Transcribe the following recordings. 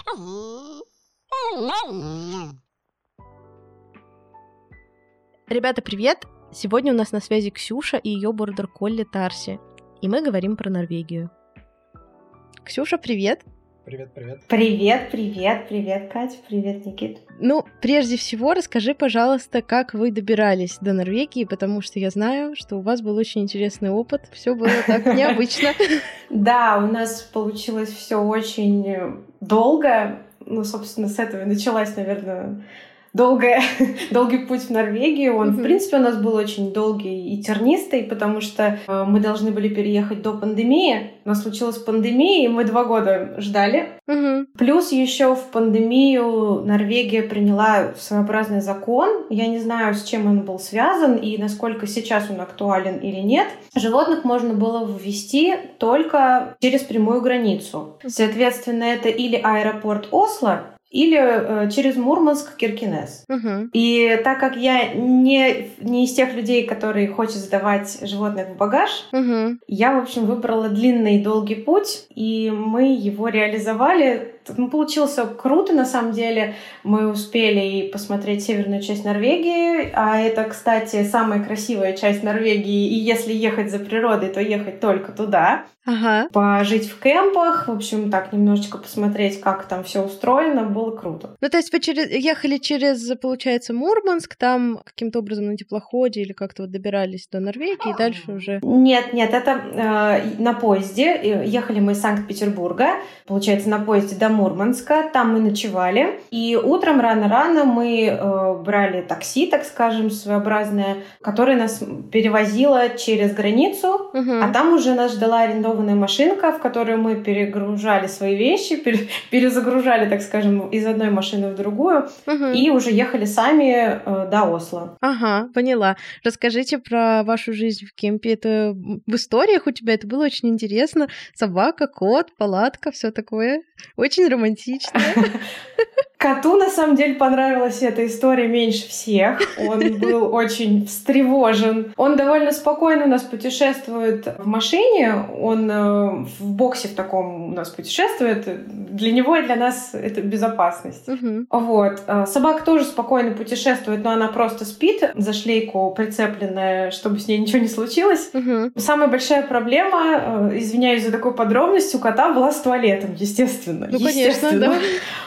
Ребята, привет! Сегодня у нас на связи Ксюша и ее бордер-колли Тарси. И мы говорим про Норвегию. Ксюша, привет! Привет. Привет, Катя, привет, Никит. Прежде всего, расскажи, пожалуйста, как вы добирались до Норвегии, потому что я знаю, что у вас был очень интересный опыт, все было так необычно. Да, у нас получилось все очень долго. Собственно, с этого и началась, наверное, долгий путь в Норвегию. В принципе, у нас был очень долгий и тернистый, потому что мы должны были переехать до пандемии. У нас случилась пандемия, и мы 2 года ждали. Плюс еще в пандемию Норвегия приняла своеобразный закон. Я не знаю, с чем он был связан и насколько сейчас он актуален или нет. Животных можно было ввести только через прямую границу. Соответственно, это или аэропорт Осло, или через Мурманск, Киркенес. И так как я не из тех людей, которые хотят сдавать животных в багаж, я, в общем, выбрала длинный и долгий путь, и мы его реализовали. Получился круто, на самом деле. Мы успели и посмотреть северную часть Норвегии, а это, кстати, самая красивая часть Норвегии, и если ехать за природой, то ехать только туда. Пожить в кемпах, в общем, так немножечко посмотреть, как там все устроено, было круто. То есть вы ехали через, получается, Мурманск, там каким-то образом на теплоходе или как-то добирались до Норвегии, и дальше уже... Нет, это на поезде. Ехали мы из Санкт-Петербурга, получается, на поезде до Мурманска, там мы ночевали, и утром рано-рано мы брали такси, так скажем, своеобразное, которое нас перевозило через границу, а там уже нас ждала арендованная машинка, в которую мы перегружали свои вещи, перезагружали, так скажем, из одной машины в другую, и уже ехали сами до Осло. Поняла. Расскажите про вашу жизнь в кемпе. Это в историях у тебя, это было очень интересно. Собака, кот, палатка, все такое. Очень романтично. Коту, на самом деле, понравилась эта история меньше всех. Он был очень встревожен. Он довольно спокойно у нас путешествует в машине. Он в боксе в таком у нас путешествует. Для него и для нас это безопасность. Собака тоже спокойно путешествует, но она просто спит, за шлейку прицепленная, чтобы с ней ничего не случилось. Самая большая проблема, извиняюсь за такую подробность, у кота была с туалетом, естественно. Конечно, да.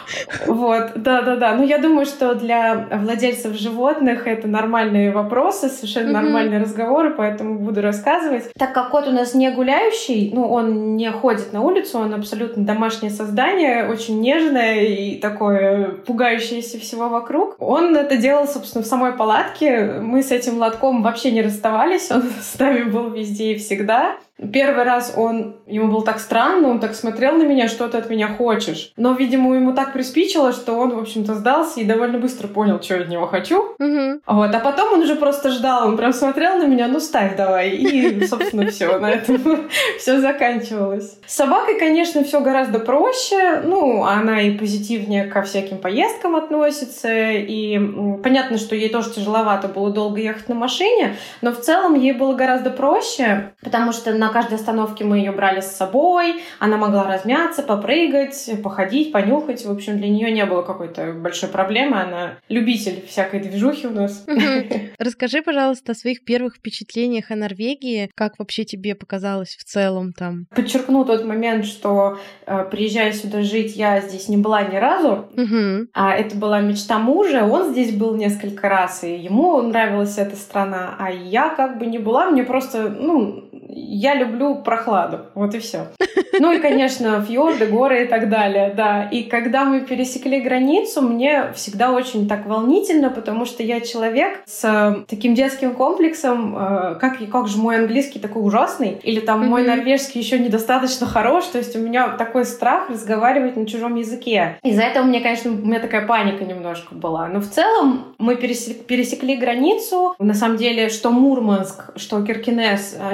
Да. Но я думаю, что для владельцев животных это нормальные вопросы, совершенно нормальные разговоры, поэтому буду рассказывать. Так как кот у нас не гуляющий, он не ходит на улицу, он абсолютно домашнее создание, очень нежное и такое пугающееся всего вокруг. Он это делал, собственно, в самой палатке. Мы с этим лотком вообще не расставались, он с нами был везде и всегда. Первый раз ему было так странно, он так смотрел на меня, что ты от меня хочешь. Но, видимо, ему так приспичило, что он, в общем-то, сдался и довольно быстро понял, что я от него хочу. А потом он уже просто ждал, он прям смотрел на меня, ставь давай. И, собственно, все, на этом все заканчивалось. С собакой, конечно, все гораздо проще. Она и позитивнее ко всяким поездкам относится. И понятно, что ей тоже тяжеловато было долго ехать на машине, но в целом ей было гораздо проще, потому что на каждой остановке мы ее брали с собой, она могла размяться, попрыгать, походить, понюхать. В общем, для нее не было какой-то большой проблемы, она любитель всякой движухи у нас. Расскажи, пожалуйста, о своих первых впечатлениях о Норвегии, как вообще тебе показалось в целом там? Подчеркну тот момент, что приезжая сюда жить, я здесь не была ни разу, а это была мечта мужа, он здесь был несколько раз, и ему нравилась эта страна, а я как бы не была, мне просто, я люблю прохладу, вот и все. И, конечно, фьорды, горы и так далее, да. И когда мы пересекли границу, мне всегда очень так волнительно, потому что я человек с таким детским комплексом, как же мой английский такой ужасный, или там мой норвежский еще недостаточно хорош, то есть у меня такой страх разговаривать на чужом языке. Из-за этого у меня такая паника немножко была. Но в целом мы пересекли границу. На самом деле, что Мурманск, что Киркенес, они похожи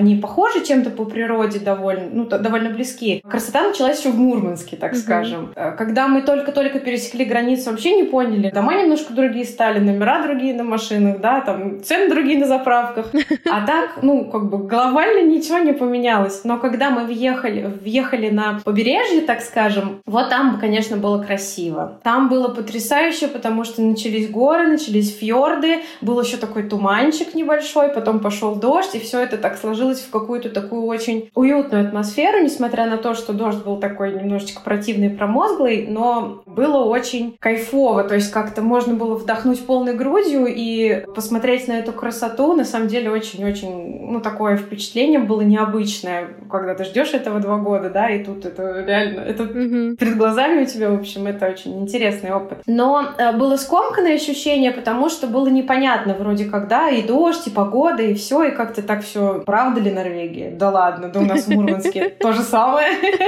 похожи чем-то по природе довольно близки. Красота началась еще в Мурманске, так скажем. Когда мы только-только пересекли границу, вообще не поняли. Дома немножко другие стали, номера другие на машинах, да, там цены другие на заправках. А так, глобально ничего не поменялось. Но когда мы въехали на побережье, так скажем, вот там, конечно, было красиво. Там было потрясающе, потому что начались горы, начались фьорды, был еще такой туманчик небольшой, потом пошел дождь, и все это так сложилось в какую-то такую очень уютную атмосферу, несмотря на то, что дождь был такой немножечко противный и промозглый, но было очень кайфово, то есть как-то можно было вдохнуть полной грудью и посмотреть на эту красоту. На самом деле очень-очень, такое впечатление было необычное, когда ты ждешь этого 2 года, да, и тут это реально, это перед глазами у тебя, в общем, это очень интересный опыт. Но было скомканное ощущение, потому что было непонятно вроде как, да, и дождь, и погода, и все, и как-то так все. Правда ли Норвегия? Да ладно, да у нас в Мурманске то же самое.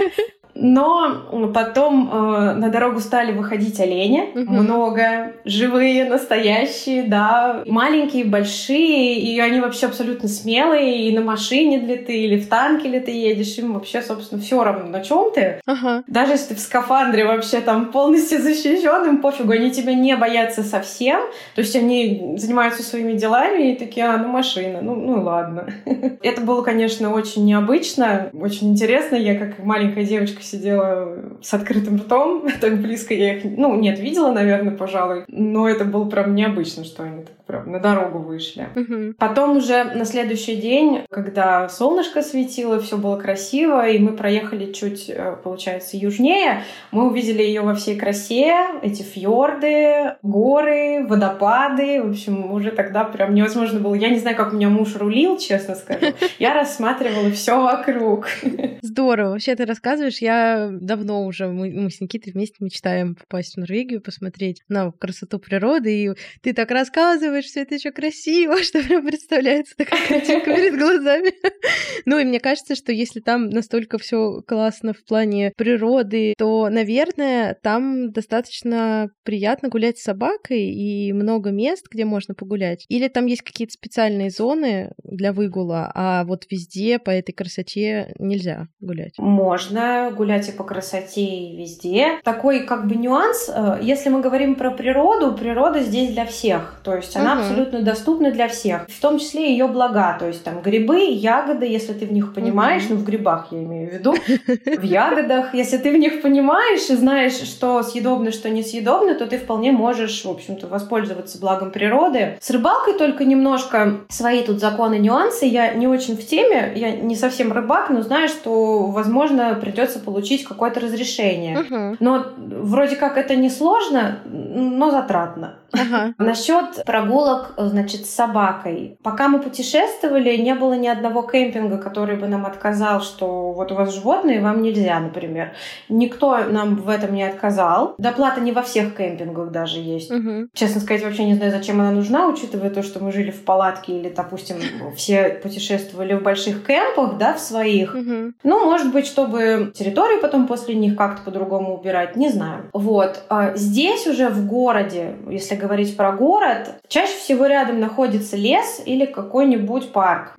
Но потом на дорогу стали выходить олени. Много. Живые, настоящие, да. Маленькие, большие. И они вообще абсолютно смелые. И на машине ли ты, или в танке ли ты едешь. Им вообще, собственно, все равно, на чем ты. Даже если ты в скафандре вообще там полностью защищен, им пофигу. Они тебя не боятся совсем. То есть они занимаются своими делами и такие, машина. Ну ладно. Это было, конечно, очень необычно. Очень интересно. Я как маленькая девочка сидела с открытым ртом, так близко я их, видела, наверное, пожалуй, но это было прям необычно, что они так прям на дорогу вышли. Потом уже на следующий день, когда солнышко светило, все было красиво, и мы проехали чуть, получается, южнее, мы увидели ее во всей красе, эти фьорды, горы, водопады, в общем, уже тогда прям невозможно было. Я не знаю, как у меня муж рулил, честно скажу. Я рассматривала все вокруг. Здорово. Вообще, ты рассказываешь, я давно уже, мы с Никитой вместе мечтаем попасть в Норвегию, посмотреть на красоту природы, и ты так рассказываешь, все это еще красиво, что прям представляется такая картинка перед глазами. Ну и мне кажется, что если там настолько все классно в плане природы, то, наверное, там достаточно приятно гулять с собакой и много мест, где можно погулять. Или там есть какие-то специальные зоны для выгула, а вот везде по этой красоте нельзя гулять. Можно гулять и по красоте, и везде. Такой нюанс, если мы говорим про природу, природа здесь для всех. То есть она абсолютно доступна для всех. В том числе ее блага. То есть там грибы, ягоды, если ты в них понимаешь, в грибах я имею в виду, в ягодах, если ты в них понимаешь и знаешь, что съедобно, что несъедобно, то ты вполне можешь, в общем-то, воспользоваться благом природы. С рыбалкой только немножко свои тут законы, нюансы. Я не очень в теме, я не совсем рыбак, но знаю, что, возможно, придется получить какое-то разрешение. Но вроде как это не сложно, но затратно. Насчет прогулок, значит, с собакой. Пока мы путешествовали, не было ни одного кемпинга, который бы нам отказал, что вот у вас животные, вам нельзя, например. Никто нам в этом не отказал. Доплата не во всех кемпингах даже есть. Честно сказать, вообще не знаю, зачем она нужна, учитывая то, что мы жили в палатке или, допустим, все путешествовали в больших кемпах, да, в своих. Может быть, чтобы территорию потом после них как-то по-другому убирать, не знаю. Вот. Здесь уже в городе, если говорить про город, чаще всего рядом находится лес или какой-нибудь парк.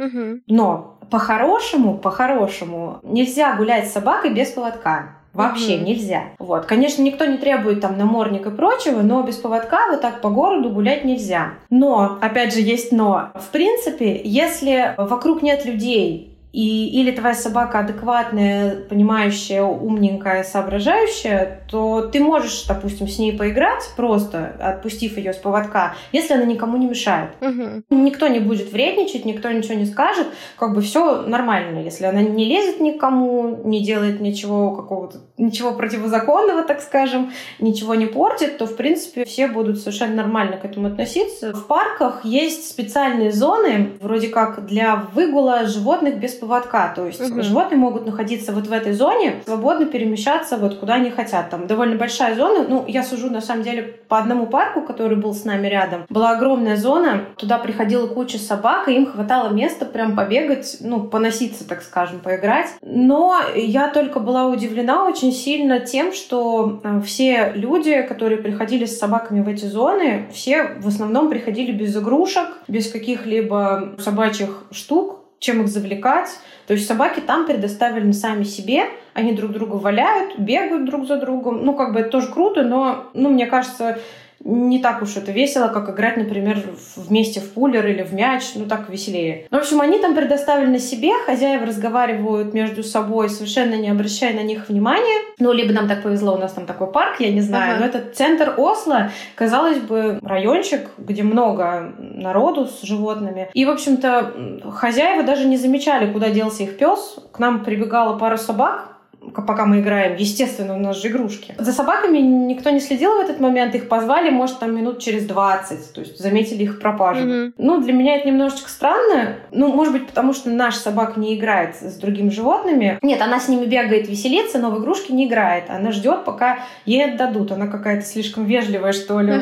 Но по-хорошему нельзя гулять с собакой без поводка. Вообще нельзя. Вот. Конечно, никто не требует там намордник и прочего, но без поводка вот так по городу гулять нельзя. Но, опять же, есть но. В принципе, если вокруг нет людей, или твоя собака адекватная, понимающая, умненькая, соображающая, то ты можешь, допустим, с ней поиграть, просто отпустив ее с поводка, если она никому не мешает. Никто не будет вредничать, никто ничего не скажет, все нормально. Если она не лезет никому, не делает ничего противозаконного, так скажем, ничего не портит, то, в принципе, все будут совершенно нормально к этому относиться. В парках есть специальные зоны, вроде как для выгула животных без поводка. То есть животные могут находиться вот в этой зоне, свободно перемещаться вот куда они хотят. Там довольно большая зона. Я сужу, на самом деле, по одному парку, который был с нами рядом. Была огромная зона. Туда приходила куча собак, и им хватало места прям побегать, поноситься, так скажем, поиграть. Но я только была удивлена очень сильно тем, что все люди, которые приходили с собаками в эти зоны, все в основном приходили без игрушек, без каких-либо собачьих штук. чем их завлекать. То есть собаки там предоставлены сами себе, они друг друга валяют, бегают друг за другом. Ну, как бы это тоже круто, но, мне кажется, не так уж это весело, как играть, например, вместе в пулер или в мяч, так веселее. В общем, они там предоставлены себе, хозяева разговаривают между собой, совершенно не обращая на них внимания. Либо нам так повезло, у нас там такой парк, я не знаю, но это центр Осло, казалось бы, райончик, где много народу с животными. И, в общем-то, хозяева даже не замечали, куда делся их пес. К нам прибегала пара собак, пока мы играем. Естественно, у нас же игрушки. За собаками никто не следил в этот момент. Их позвали, может, там минут через 20. То есть заметили их пропажу. Для меня это немножечко странно. Может быть, потому что наша собака не играет с другими животными. Нет, она с ними бегает, веселится, но в игрушки не играет. Она ждет, пока ей отдадут. Она какая-то слишком вежливая, что ли,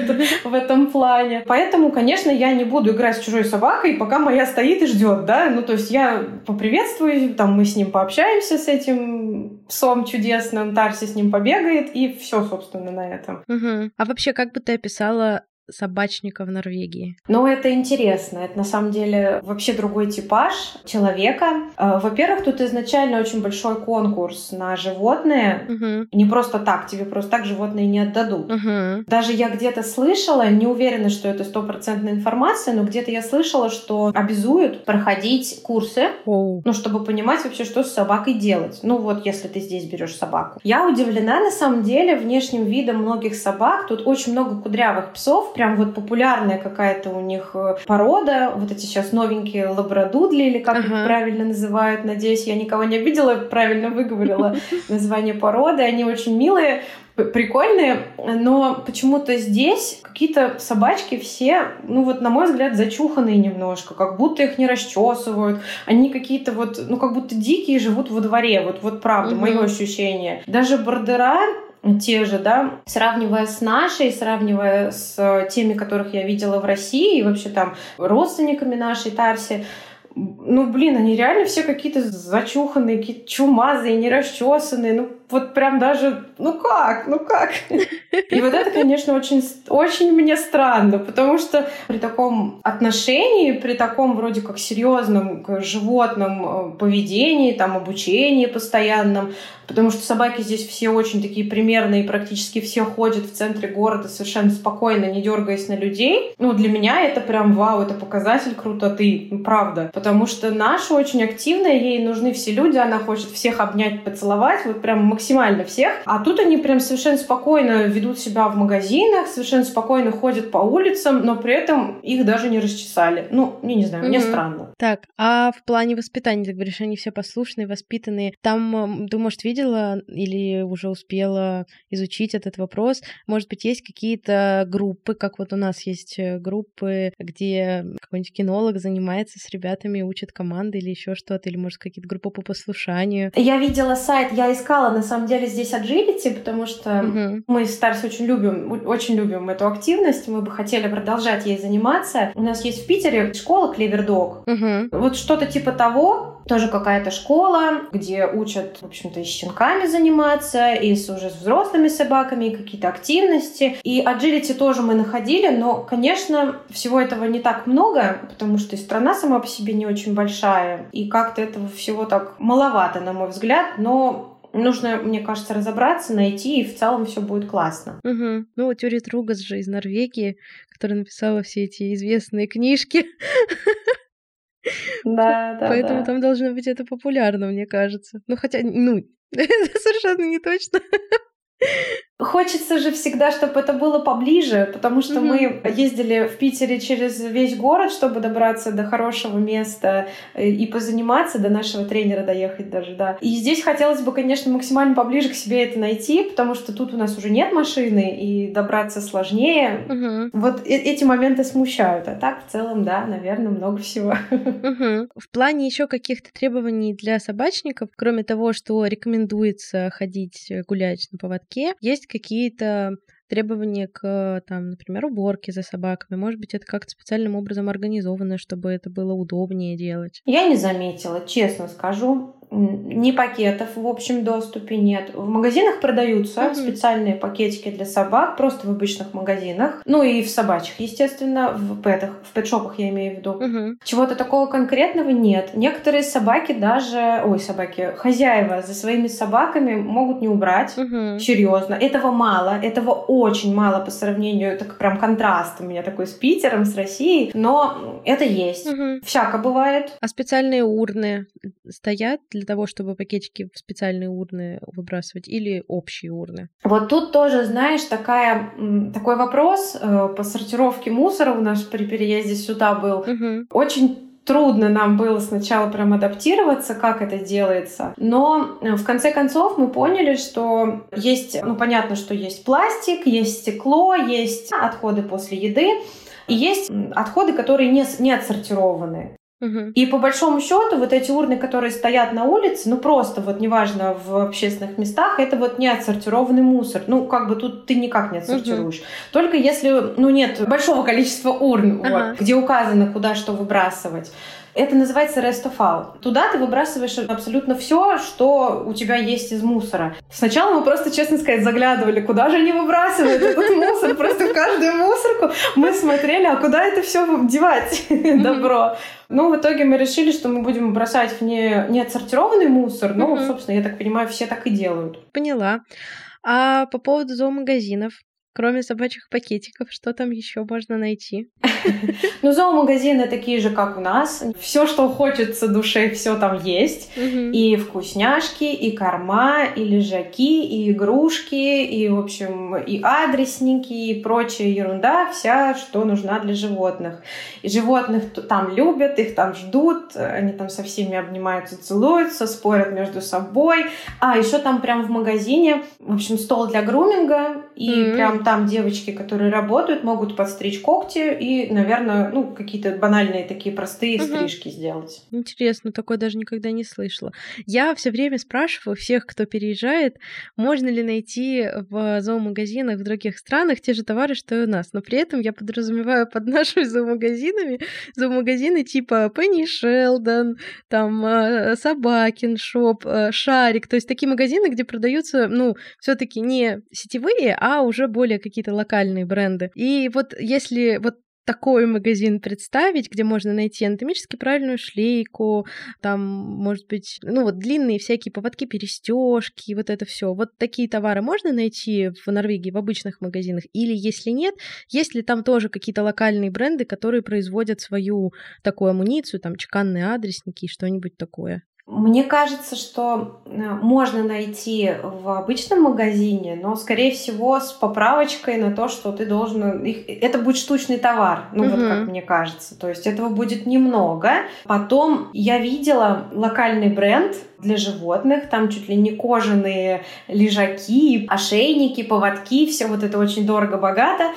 в этом плане. Поэтому, конечно, я не буду играть с чужой собакой, пока моя стоит и ждет, да. То есть я поприветствую, там мы с ним пообщаемся, с этим псом чудесным, Тарси с ним побегает, и все, собственно, на этом. А вообще, как бы ты описала собачника в Норвегии? Это интересно. Это, на самом деле, вообще другой типаж человека. Во-первых, тут изначально очень большой конкурс на животные. Не просто так, тебе просто так животные не отдадут. Даже я где-то слышала, не уверена, что это 100% информация, но где-то я слышала, что обязуют проходить курсы, чтобы понимать вообще, что с собакой делать. Если ты здесь берешь собаку. Я удивлена, на самом деле, внешним видом многих собак. Тут очень много кудрявых псов, прям популярная какая-то у них порода. Вот эти сейчас новенькие лабрадудли, или как их правильно называют. Надеюсь, я никого не обидела, правильно выговорила название породы. Они очень милые, прикольные, но почему-то здесь какие-то собачки все, на мой взгляд, зачуханные немножко, как будто их не расчесывают. Они какие-то как будто дикие, живут во дворе. Вот правда, мое ощущение. Даже бордера те же, да, сравнивая с нашей, сравнивая с теми, которых я видела в России, и вообще там родственниками нашей Тарси, они реально все какие-то зачуханные, какие-то чумазые, нерасчесанные, прям даже, как? И это, конечно, очень, очень мне странно, потому что при таком отношении, при таком вроде как серьезном к животным поведении, там, обучении постоянном, потому что собаки здесь все очень такие примерные, практически все ходят в центре города совершенно спокойно, не дергаясь на людей. Для меня это прям вау, это показатель крутоты, правда. Потому что наша очень активная, ей нужны все люди, она хочет всех обнять, поцеловать, прям максимально всех. А тут они прям совершенно спокойно ведут себя в магазинах, совершенно спокойно ходят по улицам, но при этом их даже не расчесали. Я не знаю, мне странно. Так, а в плане воспитания, ты говоришь, они все послушные, воспитанные. Там, ты, может, видела или уже успела изучить этот вопрос? Может быть, есть какие-то группы, как у нас есть группы, где какой-нибудь кинолог занимается с ребятами, учит команды или еще что-то, или, может, какие-то группы по послушанию? Я видела сайт, я искала, на самом деле, здесь Agility, потому что мы с Тарси очень любим эту активность, мы бы хотели продолжать ей заниматься. У нас есть в Питере школа Clever Dog. Что-то типа того, тоже какая-то школа, где учат, в общем-то, и с щенками заниматься, и уже с взрослыми собаками, и какие-то активности. И Agility тоже мы находили, но, конечно, всего этого не так много, потому что и страна сама по себе не очень большая, и как-то этого всего так маловато, на мой взгляд, но нужно, мне кажется, разобраться, найти, и в целом все будет классно. Тюрит Ругас же из Норвегии, которая написала все эти известные книжки. Да. Поэтому там должно быть это популярно, мне кажется. Хотя, это совершенно не точно. Хочется же всегда, чтобы это было поближе, потому что мы ездили в Питере через весь город, чтобы добраться до хорошего места и позаниматься, до нашего тренера доехать даже, да. И здесь хотелось бы, конечно, максимально поближе к себе это найти, потому что тут у нас уже нет машины, и добраться сложнее. Эти моменты смущают. А так, в целом, да, наверное, много всего. В плане еще каких-то требований для собачников, кроме того, что рекомендуется ходить гулять на поводке, есть какие-то требования к, например, уборке за собаками? Может быть, это как-то специальным образом организовано, чтобы это было удобнее делать? Я не заметила, честно скажу. ни пакетов в общем доступе нет. В магазинах продаются специальные пакетики для собак, просто в обычных магазинах. Ну и в собачьих, естественно, в пэт-шопах я имею в виду. Чего-то такого конкретного нет. Некоторые собаки даже... хозяева за своими собаками могут не убрать. Серьезно. Этого мало. Этого очень мало по сравнению... Так прям контраст у меня такой с Питером, с Россией. Но это есть. Всяко бывает. А специальные урны стоят для того, чтобы пакетики в специальные урны выбрасывать, или общие урны? Вот тут тоже, знаешь, такой вопрос по сортировке мусора у нас при переезде сюда был. Очень трудно нам было сначала прям адаптироваться, как это делается. Но в конце концов мы поняли, что есть, понятно, что есть пластик, есть стекло, есть отходы после еды, и есть отходы, которые не отсортированы. И по большому счету вот эти урны, которые стоят на улице, просто неважно в общественных местах, это не отсортированный мусор. Тут ты никак не отсортируешь. Только если, нет большого количества урн, где указано, куда что выбрасывать. Это называется rest of all. Туда ты выбрасываешь абсолютно все, что у тебя есть из мусора. Сначала мы просто, честно сказать, заглядывали, куда же они выбрасывают этот мусор. Просто в каждую мусорку мы смотрели, а куда это все девать, добро. В итоге мы решили, что мы будем бросать в неотсортированный мусор. Собственно, я так понимаю, все так и делают. Поняла. А по поводу зоомагазинов? Кроме собачьих пакетиков, что там еще можно найти? Зоомагазины такие же, как у нас. Все, что хочется душе, все там есть. И вкусняшки, и корма, и лежаки, и игрушки, и, в общем, и адресники, и прочая ерунда, вся, что нужна для животных. И животных там любят, их там ждут, они там со всеми обнимаются, целуются, спорят между собой. А еще там прям в магазине, в общем, стол для груминга, и прям там девочки, которые работают, могут подстричь когти и, наверное, какие-то банальные такие простые стрижки сделать. Интересно, такое даже никогда не слышала. Я все время спрашиваю всех, кто переезжает, можно ли найти в зоомагазинах в других странах те же товары, что и у нас. Но при этом я подразумеваю под нашими зоомагазины типа Penny Sheldon, там Собакин Шоп, Шарик. То есть такие магазины, где продаются, все-таки не сетевые, а уже более какие-то локальные бренды. И вот если такой магазин представить, где можно найти анатомически правильную шлейку, там, может быть, длинные всякие поводки, перестежки, вот это все. Вот такие товары можно найти в Норвегии в обычных магазинах? Или, если нет, есть ли там тоже какие-то локальные бренды, которые производят свою такую амуницию, там, чеканные адресники и что-нибудь такое? Мне кажется, что можно найти в обычном магазине, но, скорее всего, с поправочкой на то, что ты должен... Это будет штучный товар, как мне кажется. То есть этого будет немного. Потом я видела локальный бренд для животных, там чуть ли не кожаные лежаки, ошейники, поводки, все это очень дорого-богато.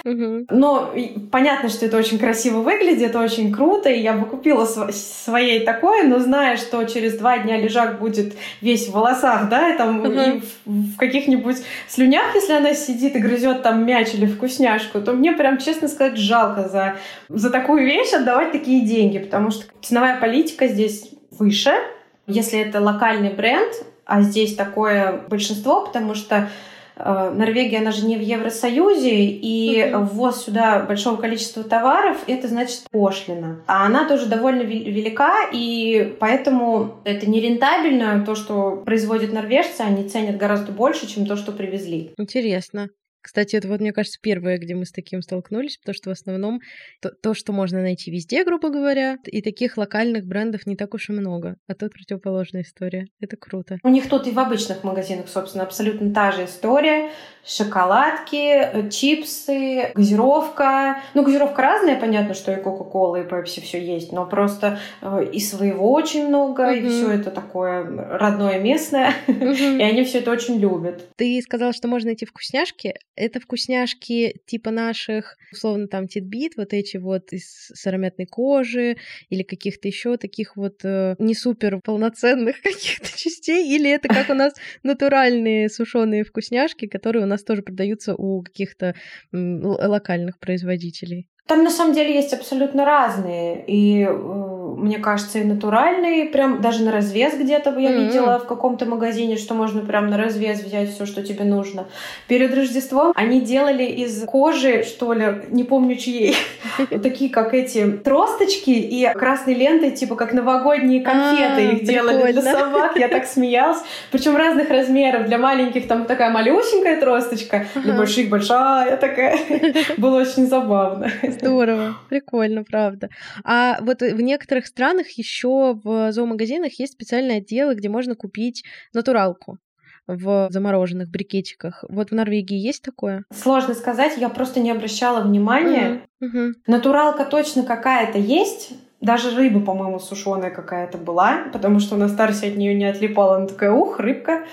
Но понятно, что это очень красиво выглядит, это очень круто, и я бы купила своей такое, но зная, что через 2 дня лежак будет весь в волосах, да, и там и в каких-нибудь слюнях, если она сидит и грызет там мяч или вкусняшку, то мне прям, честно сказать, жалко за такую вещь отдавать такие деньги, потому что ценовая политика здесь выше, если это локальный бренд, а здесь такое большинство, потому что Норвегия, она же не в Евросоюзе, и ввоз сюда большого количества товаров, это значит пошлина. А она тоже довольно велика, и поэтому это нерентабельно. То, что производят норвежцы, они ценят гораздо больше, чем то, что привезли. Интересно. Кстати, это мне кажется, первое, где мы с таким столкнулись, потому что в основном то, что можно найти везде, грубо говоря, и таких локальных брендов не так уж и много. А тут противоположная история. Это круто. У них тут и в обычных магазинах, собственно, абсолютно та же история. Шоколадки, чипсы, газировка. Газировка разная, понятно, что и Кока-Кола, и Пепси все есть, но просто и своего очень много, и все это такое родное, местное, и они все это очень любят. Ты сказала, что можно найти вкусняшки. Это вкусняшки типа наших, условно, там, Титбит, вот эти из сыромятной кожи или каких-то еще таких не супер полноценных каких-то частей, или это как у нас натуральные сушеные вкусняшки, которые у нас тоже продаются у каких-то локальных производителей? Там на самом деле есть абсолютно разные, и мне кажется, и натуральный, прям даже на развес где-то я видела в каком-то магазине, что можно прям на развес взять все, что тебе нужно. Перед Рождеством они делали из кожи, что ли, не помню чьей, такие как эти тросточки и красной лентой, типа как новогодние конфеты их делали для собак. Я так смеялась. Причем разных размеров. Для маленьких там такая малюсенькая тросточка, для больших большая такая. Было очень забавно. Здорово, прикольно, правда. А вот в некоторых странах еще в зоомагазинах есть специальные отделы, где можно купить натуралку в замороженных брикетиках. Вот в Норвегии есть такое? Сложно сказать, я просто не обращала внимания. Натуралка точно какая-то есть. Даже рыба, по-моему, сушеная какая-то была, потому что у нас Тарси от нее не отлипала. Она такая, рыбка.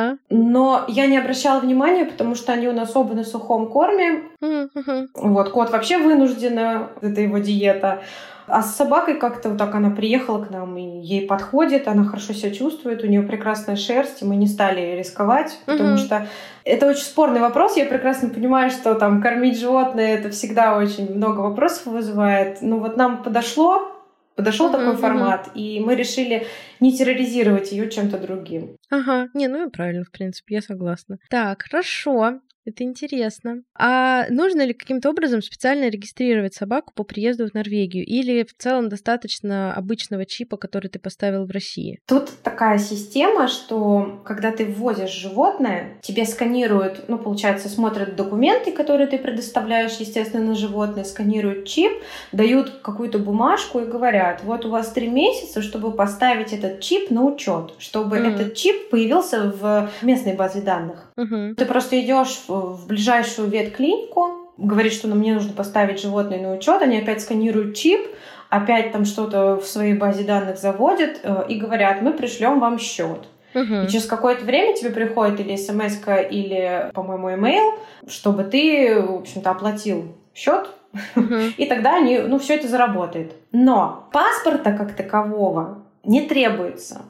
Но я не обращала внимания, потому что они у нас оба на сухом корме. Вот, кот вообще вынуждена, это его диета. А с собакой как-то вот так она приехала к нам, и ей подходит, она хорошо себя чувствует, у нее прекрасная шерсть, и мы не стали рисковать, потому что это очень спорный вопрос. Я прекрасно понимаю, что там кормить животное, это всегда очень много вопросов вызывает. Ну вот нам подошел такой формат, и мы решили не терроризировать ее чем-то другим. Не, ну и правильно, в принципе, я согласна. Так, хорошо. Это интересно. А нужно ли каким-то образом специально регистрировать собаку по приезду в Норвегию? Или в целом достаточно обычного чипа, который ты поставил в России? Тут такая система, что когда ты ввозишь животное, тебе сканируют, получается, смотрят документы, которые ты предоставляешь, естественно, на животное, сканируют чип, дают какую-то бумажку и говорят, вот у вас 3 месяца, чтобы поставить этот чип на учет, чтобы этот чип появился в местной базе данных. Ты просто идешь в ближайшую ветклинику, говоришь, что мне нужно поставить животное на учет, они опять сканируют чип, опять там что-то в своей базе данных заводят и говорят, мы пришлем вам счет. И через какое-то время тебе приходит или смс-ка, или, по-моему, имейл, чтобы ты, в общем-то, оплатил счет, и тогда все это заработает. Но паспорта как такового не требуется.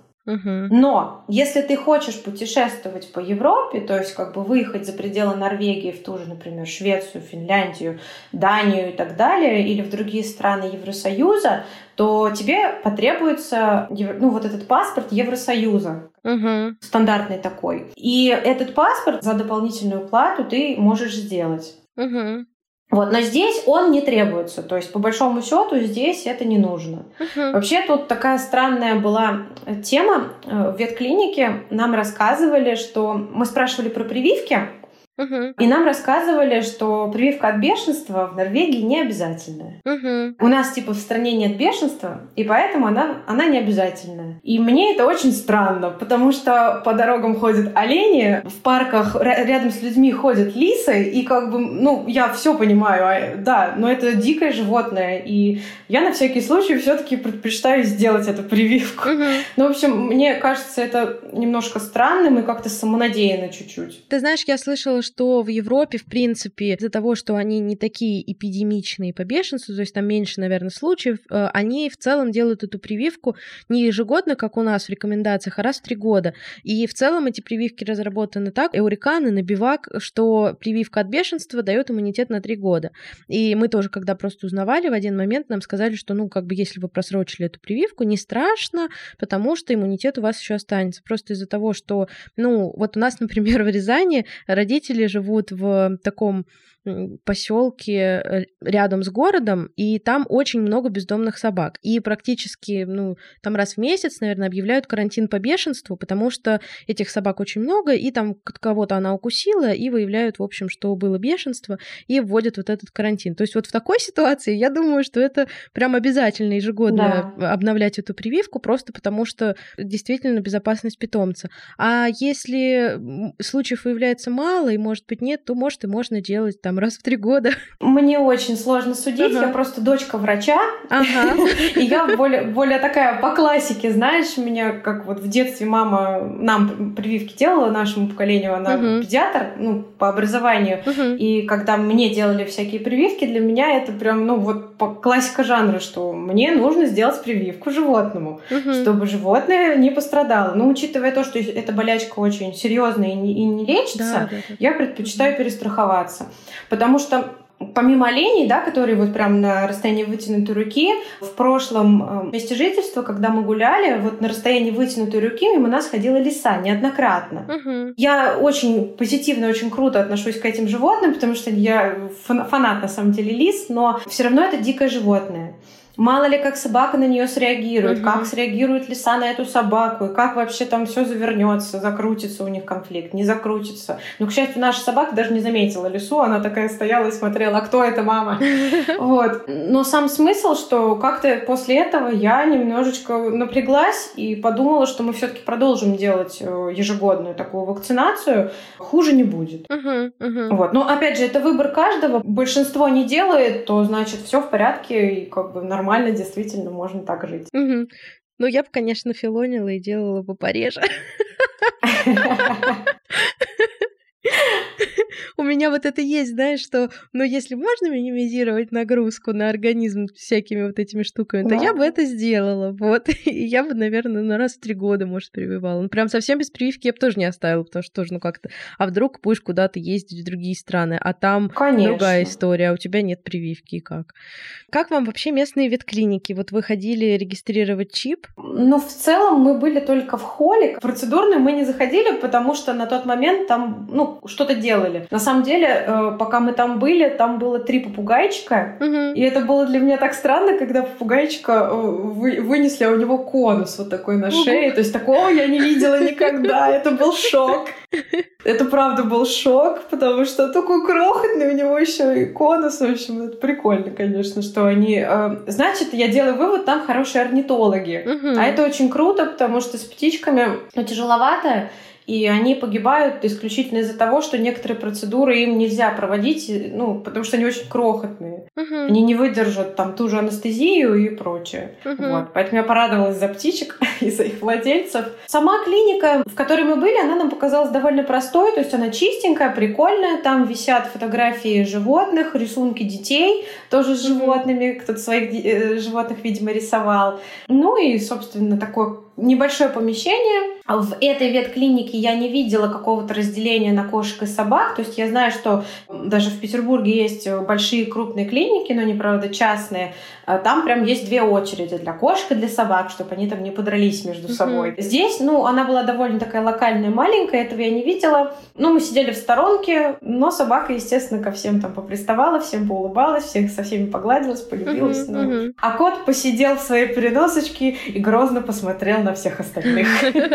Но если ты хочешь путешествовать по Европе, то есть как бы выехать за пределы Норвегии в ту же, например, Швецию, Финляндию, Данию и так далее, или в другие страны Евросоюза, то тебе потребуется вот этот паспорт Евросоюза, стандартный такой. И этот паспорт за дополнительную плату ты можешь сделать. Вот, но здесь он не требуется, то есть по большому счету здесь это не нужно. Вообще тут такая странная была тема. В ветклинике нам рассказывали, что мы спрашивали про прививки, и нам рассказывали, что прививка от бешенства в Норвегии не обязательная. У нас типа в стране нет бешенства, и поэтому она не обязательная. И мне это очень странно, потому что по дорогам ходят олени, в парках рядом с людьми ходят лисы, и как бы, я все понимаю, да, но это дикое животное, и я на всякий случай все-таки предпочитаю сделать эту прививку. В общем, мне кажется, это немножко странным и как-то самонадеянно чуть-чуть. Ты знаешь, я слышала, что в Европе, в принципе, из-за того, что они не такие эпидемичные по бешенству, то есть там меньше, наверное, случаев, они в целом делают эту прививку не ежегодно, как у нас в рекомендациях, а раз в 3 года. И в целом эти прививки разработаны так, Эурикан и Набивак, что прививка от бешенства дает иммунитет на 3 года. И мы тоже, когда просто узнавали, в один момент нам сказали, что, если вы просрочили эту прививку, не страшно, потому что иммунитет у вас еще останется. Просто из-за того, что, вот у нас, например, в Рязани родители живут в таком поселке рядом с городом, и там очень много бездомных собак. И практически, там раз в месяц, наверное, объявляют карантин по бешенству, потому что этих собак очень много, и там кого-то она укусила, и выявляют, в общем, что было бешенство, и вводят вот этот карантин. То есть вот в такой ситуации я думаю, что это прям обязательно ежегодно обновлять эту прививку, просто потому что действительно безопасность питомца. А если случаев выявляется мало, и, может быть, нет, то, может, и можно делать там раз в 3 года. Мне очень сложно судить, я просто дочка врача, и я более такая по классике, знаешь, меня как вот в детстве мама нам прививки делала, нашему поколению, она педиатр, по образованию, и когда мне делали всякие прививки, для меня это прям, классика жанра, что мне нужно сделать прививку животному, чтобы животное не пострадало. Но учитывая то, что эта болячка очень серьезная и не лечится, я предпочитаю перестраховаться. Потому что помимо оленей, да, которые вот прям на расстоянии вытянутой руки, в прошлом месте жительства, когда мы гуляли, вот на расстоянии вытянутой руки мимо нас ходила лиса неоднократно. Я очень позитивно, очень круто отношусь к этим животным, потому что я фанат, на самом деле, лис, но все равно это дикое животное. Мало ли, как собака на нее среагирует, как среагирует лиса на эту собаку, и как вообще там все завернется, закрутится у них конфликт, не закрутится. Но, к счастью, наша собака даже не заметила лису, она такая стояла и смотрела, а кто это, мама? Вот. Но сам смысл, что как-то после этого я немножечко напряглась и подумала, что мы все-таки продолжим делать ежегодную такую вакцинацию, хуже не будет. Вот. Но, опять же, это выбор каждого. Большинство не делает, то, значит, все в порядке, и как бы нормально, действительно, можно так жить. Ну, я бы, конечно, филонила и делала бы пореже. У меня вот это есть, знаешь, что, ну, если можно минимизировать нагрузку на организм всякими вот этими штуками, то я бы это сделала, вот. И я бы, наверное, раз в 3 года, может, прививала. Ну, прям совсем без прививки я бы тоже не оставила, потому что тоже, ну, как-то... А вдруг будешь куда-то ездить в другие страны, а там другая история, а у тебя нет прививки, и как? Как вам вообще местные ветклиники? Вот вы ходили регистрировать чип? Ну, в целом мы были только в холле. Процедурную мы не заходили, потому что на тот момент там, ну, что-то делали. На самом деле, пока мы там были, там было 3 попугайчика. И это было для меня так странно, когда попугайчика вынесли, а у него конус вот такой на шее. То есть такого я не видела никогда. Это был шок. Это правда был шок, потому что такой крохотный, у него еще и конус. В общем, это прикольно, конечно, что они... Значит, я делаю вывод, там хорошие орнитологи. А это очень круто, потому что с птичками тяжеловато. И они погибают исключительно из-за того, что некоторые процедуры им нельзя проводить, ну, потому что они очень крохотные. Они не выдержат там ту же анестезию и прочее. Вот. Поэтому я порадовалась за птичек и за их владельцев. Сама клиника, в которой мы были, она нам показалась довольно простой, то есть она чистенькая, прикольная. Там висят фотографии животных, рисунки детей тоже с животными. Кто-то своих животных, видимо, рисовал. Ну и, собственно, такое небольшое помещение. В этой ветклинике я не видела какого-то разделения на кошек и собак. То есть я знаю, что даже в Петербурге есть большие крупные клиники, но они, правда, частные. Там прям есть 2 очереди для кошек и для собак, чтобы они там не подрались между собой. Здесь, ну, она была довольно такая локальная, маленькая, этого я не видела. Ну, мы сидели в сторонке, но собака, естественно, ко всем там поприставала, всем поулыбалась, всех со всеми погладилась, полюбилась. А кот посидел в своей переносочке и грозно посмотрел на всех остальных.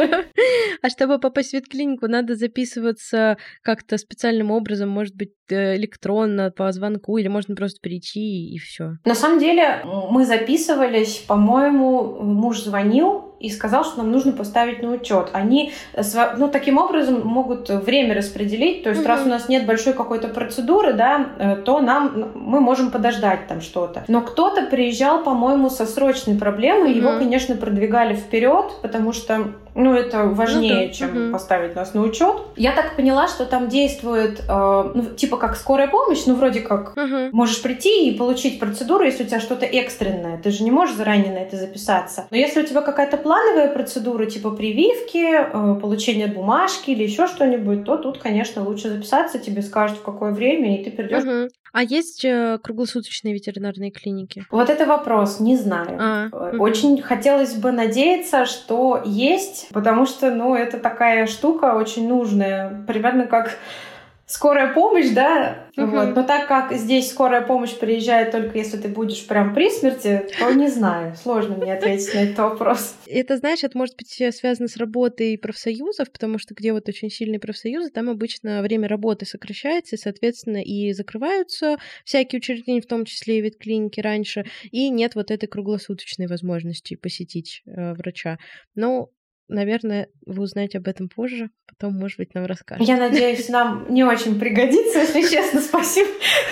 А чтобы попасть в ветклинику, надо записываться как-то специальным образом, может быть, электронно, по звонку, или можно просто прийти и все. На самом деле мы записывались, по-моему, муж звонил и сказал, что нам нужно поставить на учет. Они, ну, таким образом могут время распределить. То есть, раз у нас нет большой какой-то процедуры, да, то мы можем подождать там что-то. Но кто-то приезжал, по-моему, со срочной проблемой. Его, конечно, продвигали вперед, потому что, ну, это важнее, чем поставить нас на учет. Я так поняла, что там действует, ну, типа как скорая помощь, ну, вроде как можешь прийти и получить процедуру, если у тебя что-то экстренное. Ты же не можешь заранее на это записаться. Но если у тебя какая-то плановая процедура, типа прививки, получение бумажки или еще что-нибудь, то тут, конечно, лучше записаться, тебе скажут, в какое время, и ты придешь. А есть круглосуточные ветеринарные клиники? Вот это вопрос, не знаю. Очень хотелось бы надеяться, что есть, потому что, ну, это такая штука очень нужная, примерно как скорая помощь, да, вот. Но так как здесь скорая помощь приезжает только если ты будешь прям при смерти, то не знаю, сложно мне ответить на этот вопрос. Это, знаешь, это может быть связано с работой профсоюзов, потому что где вот очень сильные профсоюзы, там обычно время работы сокращается, и, соответственно, и закрываются всякие учреждения, в том числе и ветклиники раньше, и нет вот этой круглосуточной возможности посетить врача. Но наверное, вы узнаете об этом позже, потом, может быть, нам расскажете. Я надеюсь, нам не очень пригодится, если честно, спасибо.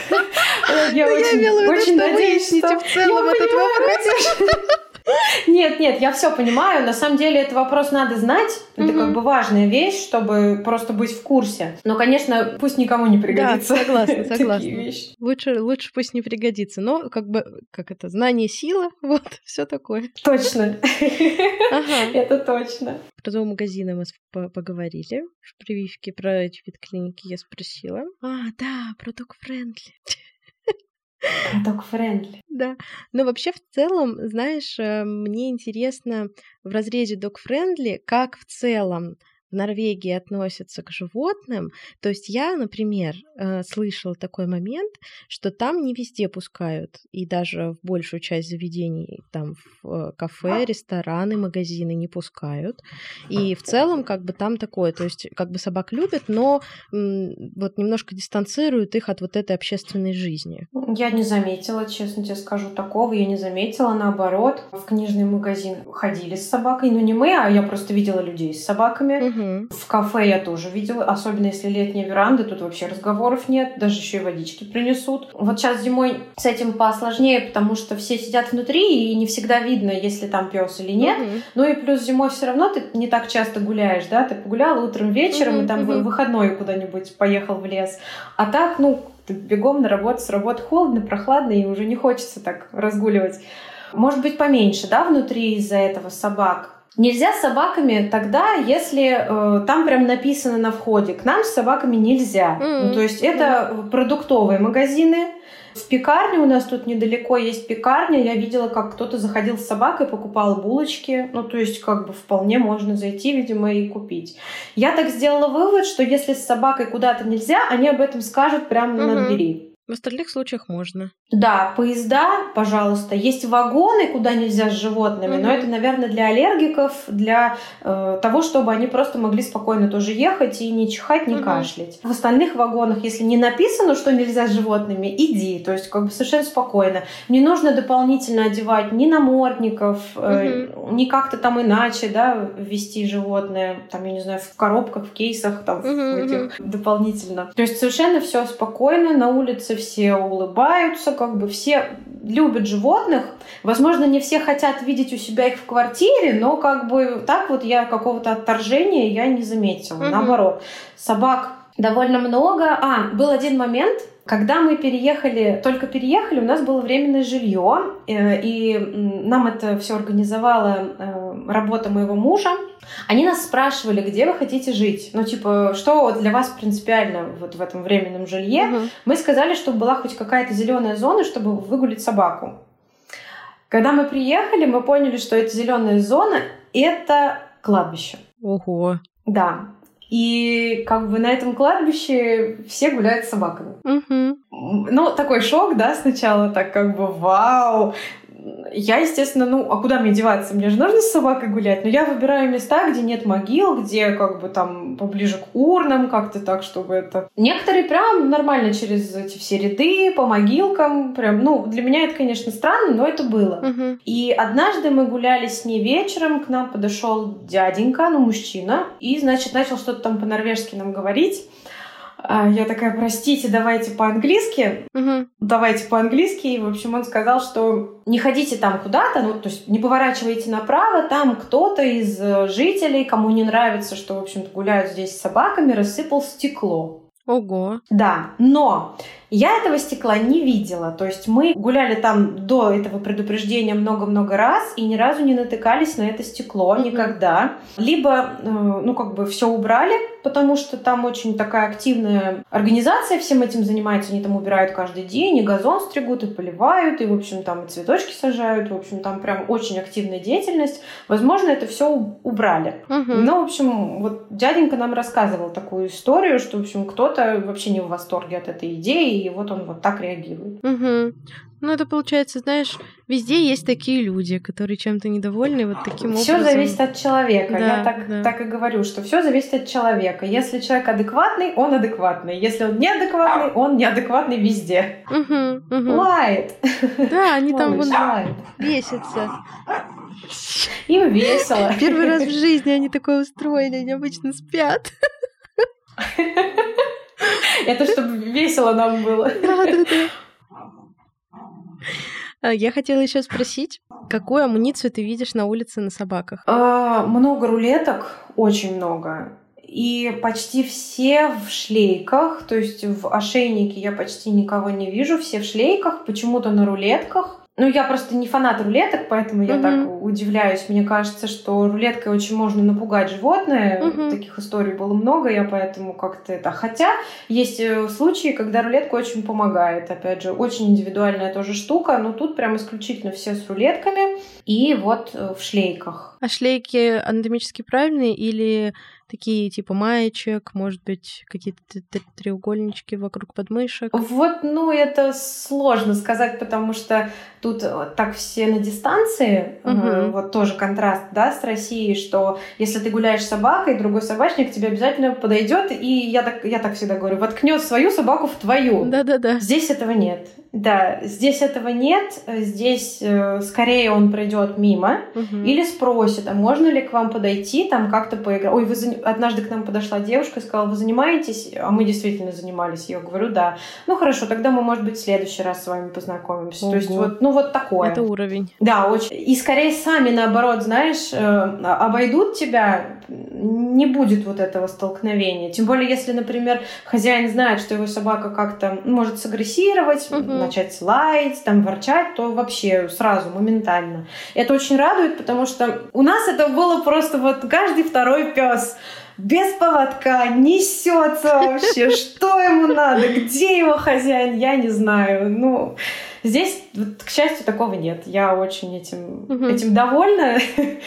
Я очень надеюсь, что в целом этот вопрос. Нет, я все понимаю. На самом деле, этот вопрос надо знать. Это как бы важная вещь, чтобы просто быть в курсе. Но, конечно, пусть никому не пригодится. Да, согласна. Лучше пусть не пригодится. Но как бы, как это, знание сила, вот, все такое. Точно. Это точно. Про зоомагазины мы поговорили. В прививке про ветклиники я спросила. Да, про Dog Friendly. Dog-friendly. Да. Но вообще в целом, знаешь, мне интересно в разрезе dog-friendly, как в целом в Норвегии относятся к животным. То есть я, например, слышала такой момент, что там не везде пускают, и даже в большую часть заведений, там в кафе, рестораны, магазины не пускают. И в целом как бы там такое, то есть как бы собак любят, но вот немножко дистанцируют их от вот этой общественной жизни. Я не заметила, честно тебе скажу, такого. Я не заметила, наоборот. В книжный магазин ходили с собакой. Ну, не мы, а я просто видела людей с собаками. В кафе я тоже видела, особенно если летняя веранда, тут вообще разговоров нет, даже еще и водички принесут. Вот сейчас зимой с этим посложнее, потому что все сидят внутри, и не всегда видно, если там пес или нет. Ну и плюс зимой все равно ты не так часто гуляешь, да, ты погулял утром, вечером, и там выходной куда-нибудь поехал в лес. А так, ну, ты бегом на работу, с работы холодно, прохладно, и уже не хочется так разгуливать. Может быть, поменьше, да, внутри из-за этого собак. Нельзя с собаками тогда, если там прям написано на входе. К нам с собаками нельзя. Ну, то есть это продуктовые магазины. В пекарне у нас тут недалеко есть пекарня. Я видела, как кто-то заходил с собакой, покупал булочки. Ну, то есть как бы вполне можно зайти, видимо, и купить. Я так сделала вывод, что если с собакой куда-то нельзя, они об этом скажут прямо на двери. В остальных случаях можно. Да, поезда, пожалуйста. Есть вагоны, куда нельзя с животными, но это, наверное, для аллергиков, для того, чтобы они просто могли спокойно тоже ехать и не чихать, не кашлять. В остальных вагонах, если не написано, что нельзя с животными, иди. То есть как бы совершенно спокойно. Не нужно дополнительно одевать ни намордников, ни как-то там иначе, да, ввести животное, там, я не знаю, в коробках, в кейсах, там, в этих дополнительно. То есть совершенно все спокойно, на улице все улыбаются, как бы все любят животных. Возможно, не все хотят видеть у себя их в квартире, но как бы так вот я какого-то отторжения я не заметила. Наоборот, собак довольно много. Был один момент, когда мы только переехали, у нас было временное жилье, и нам это все организовала работа моего мужа. Они нас спрашивали, где вы хотите жить. Ну, типа, что для вас принципиально вот в этом временном жилье. Мы сказали, чтобы была хоть какая-то зеленая зона, чтобы выгулить собаку. Когда мы приехали, мы поняли, что эта зеленая зона — это кладбище. Ого. Да. И как бы на этом кладбище все гуляют с собаками. Ну, такой шок, да, сначала, так как бы вау. Я, естественно, а куда мне деваться? Мне же нужно с собакой гулять. Но я выбираю места, где нет могил, где как бы там поближе к урнам, как-то так, чтобы это... Некоторые прям нормально через эти все ряды, по могилкам. Прям, для меня это, конечно, странно, но это было. И однажды мы гуляли с ней вечером, к нам подошел дяденька, мужчина, и, значит, начал что-то там по-норвежски нам говорить. Я такая, простите, давайте по-английски. Давайте по-английски. И, в общем, он сказал, что не ходите там куда-то, то есть не поворачивайте направо, там кто-то из жителей, кому не нравится, что, в общем-то, гуляют здесь с собаками, рассыпал стекло. Ого. Да, но я этого стекла не видела. То есть мы гуляли там до этого предупреждения много-много раз и ни разу не натыкались на это стекло никогда. Либо, все убрали, потому что там очень такая активная организация всем этим занимается. Они там убирают каждый день, и газон стригут, и поливают, и, в общем, там и цветочки сажают. В общем, там прям очень активная деятельность. Возможно, это все убрали. Но, в общем, вот дяденька нам рассказывал такую историю, что, в общем, кто-то вообще не в восторге от этой идеи, и вот он вот так реагирует. Ну, это получается, знаешь, везде есть такие люди, которые чем-то недовольны, вот таким образом. Все зависит от человека. Да, я так и говорю, что все зависит от человека. Если человек адекватный, он адекватный. Если он неадекватный, он неадекватный везде. Лает. Да, они там бесятся. Им весело. Первый раз в жизни они такое устроили, они обычно спят. Это чтобы весело нам было. Да. Я хотела еще спросить, какую амуницию ты видишь на улице на собаках? Много рулеток, очень много. И почти все в шлейках, то есть в ошейнике я почти никого не вижу, все в шлейках, почему-то на рулетках. Ну, я просто не фанат рулеток, поэтому я так удивляюсь. Мне кажется, что рулеткой очень можно напугать животное. Таких историй было много, я поэтому как-то это... Хотя есть случаи, когда рулетка очень помогает. Опять же, очень индивидуальная тоже штука, но тут прям исключительно все с рулетками и вот в шлейках. А шлейки анатомически правильные или такие типа маечек, может быть, какие-то треугольнички вокруг подмышек? Вот, ну, это сложно сказать, потому что тут так все на дистанции, вот тоже контраст, да, с Россией, что если ты гуляешь с собакой, другой собачник к тебе обязательно подойдет, и я так всегда говорю, воткнет свою собаку в твою. Да-да-да. Здесь этого нет. Да, здесь этого нет. Здесь скорее он пройдет мимо или спросит, а можно ли к вам подойти, там как-то поиграть. Ой, однажды к нам подошла девушка и сказала, вы занимаетесь? А мы действительно занимались. Я говорю, да. Ну хорошо, тогда мы, может быть, в следующий раз с вами познакомимся. Ого. То есть вот, ну вот такое. Это уровень. Да, очень. И скорее сами, наоборот, знаешь, обойдут тебя, не будет вот этого столкновения. Тем более, если, например, хозяин знает, что его собака как-то может сагрессировать, начать лаять, там, ворчать, то вообще сразу, моментально. Это очень радует, потому что у нас это было просто вот каждый второй пес без поводка несется вообще, что ему надо, где его хозяин, я не знаю. Ну, здесь, к счастью, такого нет. Я очень этим довольна.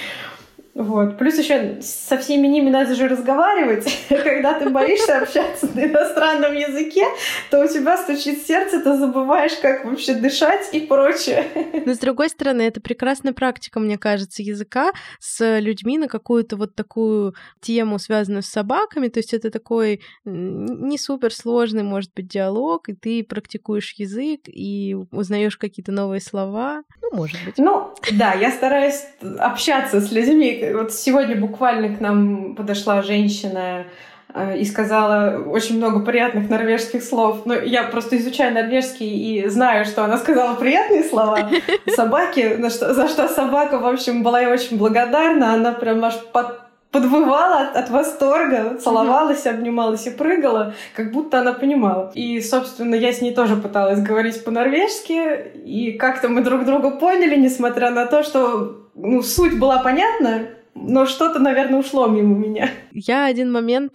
Вот. Плюс еще со всеми ними надо же разговаривать. Когда ты боишься общаться на иностранном языке, то у тебя стучит сердце, ты забываешь, как вообще дышать и прочее. Но, с другой стороны, это прекрасная практика, мне кажется, языка с людьми на какую-то вот такую тему, связанную с собаками. То есть это такой не суперсложный, может быть, диалог, и ты практикуешь язык и узнаешь какие-то новые слова. Ну, может быть. Ну, да, я стараюсь общаться с людьми. Вот сегодня буквально к нам подошла женщина и сказала очень много приятных норвежских слов. Но я просто изучаю норвежский и знаю, что она сказала приятные слова собаке, за что собака, в общем, была ей очень благодарна. Она прям аж подвывала от восторга, целовалась, обнималась и прыгала, как будто она понимала. И, собственно, я с ней тоже пыталась говорить по-норвежски, и как-то мы друг друга поняли, несмотря на то, что суть была понятна, но что-то, наверное, ушло мимо меня. Я один момент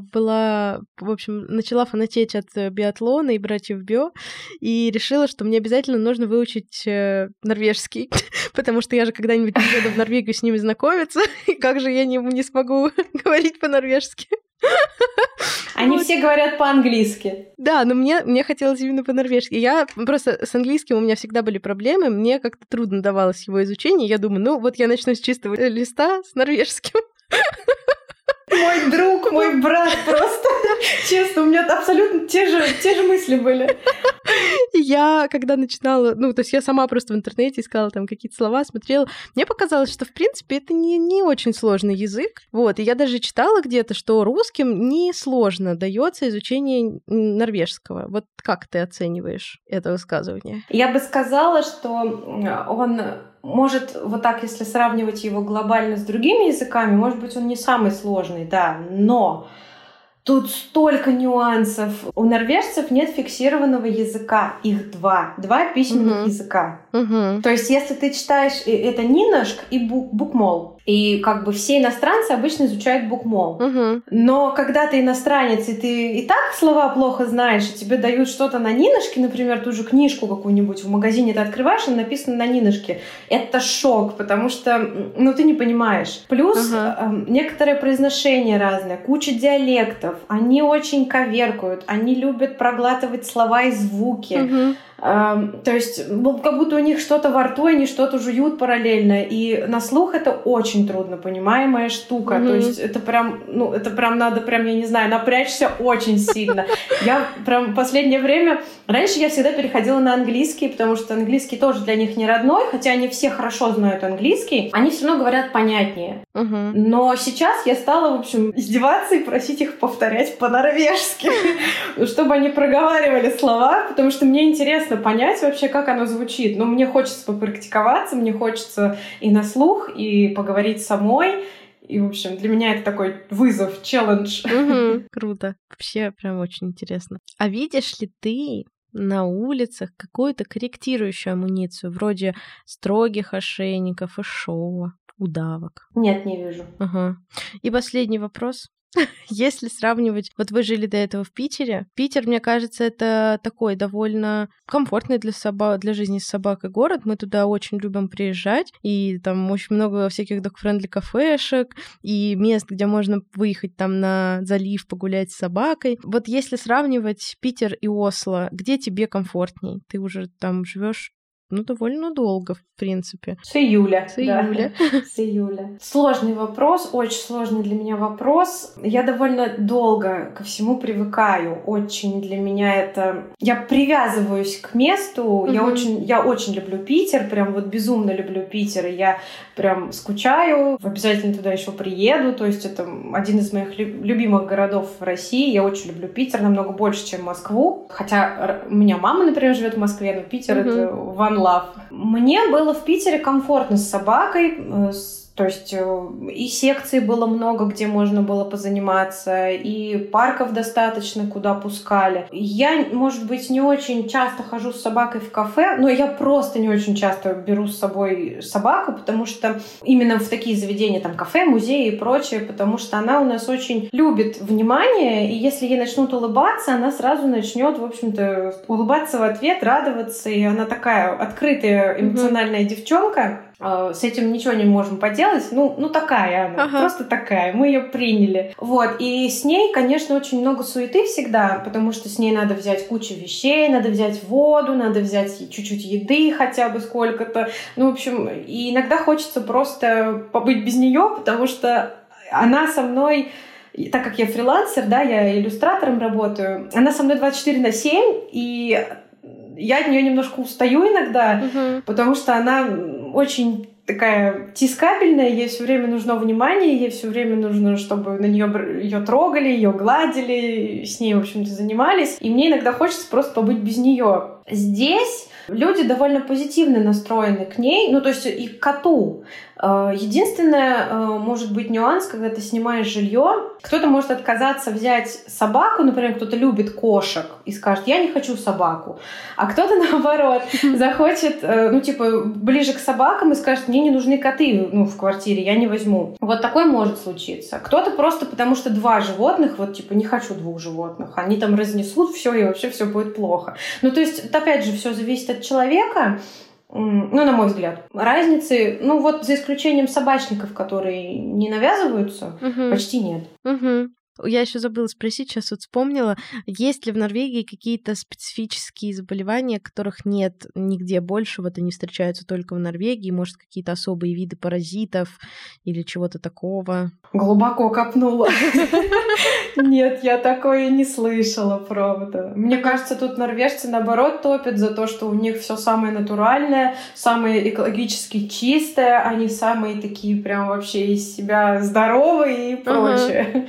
начала фанатеть от биатлона и братьев Бё, и решила, что мне обязательно нужно выучить норвежский, потому что я же когда-нибудь приеду в Норвегию с ними знакомиться, и как же я не смогу говорить по-норвежски. Они все говорят по-английски. Да, но мне хотелось именно по-норвежски. Я просто с английским у меня всегда были проблемы, мне как-то трудно давалось его изучение. Я думаю, вот я начну с чистого листа с норвежским. Мой друг, мой брат просто. Честно, у меня абсолютно те же мысли были. Я, когда начинала, то есть я сама просто в интернете искала там какие-то слова, смотрела, мне показалось, что, в принципе, это не очень сложный язык. Вот, и я даже читала где-то, что русским несложно дается изучение норвежского. Вот как ты оцениваешь это высказывание? Я бы сказала, что он может, вот так, если сравнивать его глобально с другими языками, может быть, он не самый сложный, да, но тут столько нюансов. У норвежцев нет фиксированного языка, их два письменных языка. То есть, если ты читаешь, это ниношк и букмол, и как бы все иностранцы обычно изучают букмол. Но когда ты иностранец, и ты и так слова плохо знаешь, и тебе дают что-то на ниношке, например, ту же книжку какую-нибудь в магазине ты открываешь, и написано на ниношке. Это шок, потому что, ты не понимаешь. Плюс некоторые произношения разные, куча диалектов, они очень коверкают, они любят проглатывать слова и звуки. То есть как будто у них что-то во рту, они что-то жуют параллельно. И на слух это очень трудно понимаемая штука. То есть это прям надо, я не знаю, напрячься очень сильно. Я прям в последнее время... Раньше я всегда переходила на английский, потому что английский тоже для них не родной, хотя они все хорошо знают английский. Они все равно говорят понятнее. Но сейчас я стала, в общем, издеваться и просить их повторять по-норвежски, чтобы они проговаривали слова, потому что мне интересно понять вообще, как оно звучит. Но мне хочется попрактиковаться, мне хочется и на слух, и поговорить самой. И, в общем, для меня это такой вызов, челлендж. Круто. Вообще прям очень интересно. А видишь ли ты на улицах какую-то корректирующую амуницию, вроде строгих ошейников и шоу, удавок? Нет, не вижу. Ага. И последний вопрос. Если сравнивать, вот вы жили до этого в Питере. Питер, мне кажется, это такой довольно комфортный для жизни с собакой город. Мы туда очень любим приезжать, и там очень много всяких dog-friendly кафешек, и мест, где можно выехать там на залив, погулять с собакой. Вот если сравнивать Питер и Осло, где тебе комфортней? Ты уже там живешь довольно долго, в принципе. С июля. С июля. С июля. Сложный вопрос, очень сложный для меня вопрос. Я довольно долго ко всему привыкаю. Очень для меня это... Я привязываюсь к месту. Я очень люблю Питер, прям вот безумно люблю Питер. И я прям скучаю. Обязательно туда еще приеду. То есть это один из моих любимых городов в России. Я очень люблю Питер, намного больше, чем Москву. Хотя у меня мама, например, живет в Москве, но Питер — это one love. Мне было в Питере комфортно с собакой, то есть и секций было много, где можно было позаниматься, и парков достаточно, куда пускали. Я, может быть, не очень часто хожу с собакой в кафе, но я просто не очень часто беру с собой собаку, потому что именно в такие заведения, там кафе, музеи и прочее, потому что она у нас очень любит внимание, и если ей начнут улыбаться, она сразу начнет, в общем-то, улыбаться в ответ, радоваться, и она такая открытая, эмоциональная девчонка. С этим ничего не можем поделать. Такая она, просто такая. Мы ее приняли. Вот. И с ней, конечно, очень много суеты всегда, потому что с ней надо взять кучу вещей, надо взять воду, надо взять чуть-чуть еды хотя бы сколько-то. В общем, и иногда хочется просто побыть без нее, потому что она со мной... Так как я фрилансер, да, я иллюстратором работаю, она со мной 24/7, и я от нее немножко устаю иногда, потому что она очень такая тискабельная, ей все время нужно внимание, ей все время нужно, чтобы на нее ее трогали, ее гладили, с ней, в общем-то, занимались. И мне иногда хочется просто побыть без нее. Здесь люди довольно позитивно настроены к ней, то есть и к коту. Единственное, может быть, нюанс, когда ты снимаешь жилье, кто-то может отказаться взять собаку, например, кто-то любит кошек и скажет: я не хочу собаку, а кто-то, наоборот, захочет, ближе к собакам и скажет: мне не нужны коты в квартире, я не возьму. Вот такое может случиться. Кто-то просто потому что 2 животных, не хочу 2 животных, они там разнесут все и вообще все будет плохо. То есть, опять же, все зависит от человека. На мой взгляд. Разницы, за исключением собачников, которые не навязываются, почти нет. Я еще забыла спросить, сейчас вот вспомнила, есть ли в Норвегии какие-то специфические заболевания, которых нет нигде больше, вот они встречаются только в Норвегии, может, какие-то особые виды паразитов или чего-то такого? Глубоко копнула. Нет, я такое не слышала, правда. Мне кажется, тут норвежцы, наоборот, топят за то, что у них все самое натуральное, самое экологически чистое, они самые такие прям вообще из себя здоровые и прочее.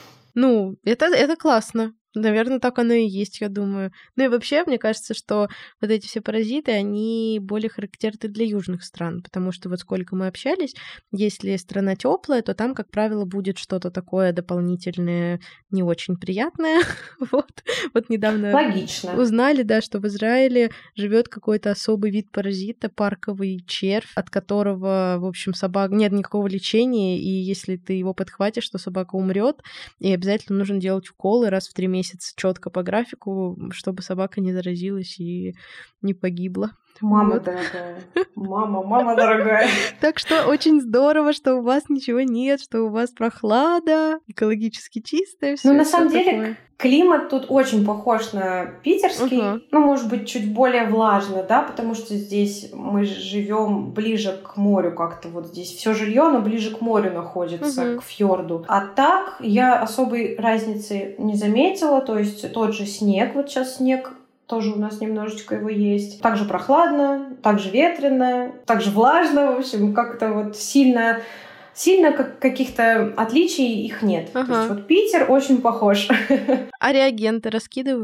Это классно. Наверное, так оно и есть, я думаю. И вообще, мне кажется, что вот эти все паразиты, они более характерны для южных стран, потому что вот сколько мы общались, если страна теплая, то там, как правило, будет что-то такое дополнительное, не очень приятное. Вот недавно логично узнали, да, что в Израиле живет какой-то особый вид паразита, парковый червь, от которого, в общем, собак нет никакого лечения, и если ты его подхватишь, то собака умрет, и обязательно нужно делать уколы раз в 3 месяца четко по графику, чтобы собака не заразилась и не погибла. Мама дорогая. Мама дорогая. Так что очень здорово, что у вас ничего нет, что у вас прохлада, экологически чистая. На самом деле, климат тут очень похож на питерский. Может быть, чуть более влажно, да, потому что здесь мы живем ближе к морю как-то. Вот здесь все жилье, но ближе к морю находится, к фьорду. А так я особой разницы не заметила. То есть тот же снег, вот сейчас снег, тоже у нас немножечко его есть. Также прохладно, также ветрено, также влажно. В общем, как-то вот сильно каких-то отличий их нет. То есть вот Питер очень похож. А реагенты раскидывают?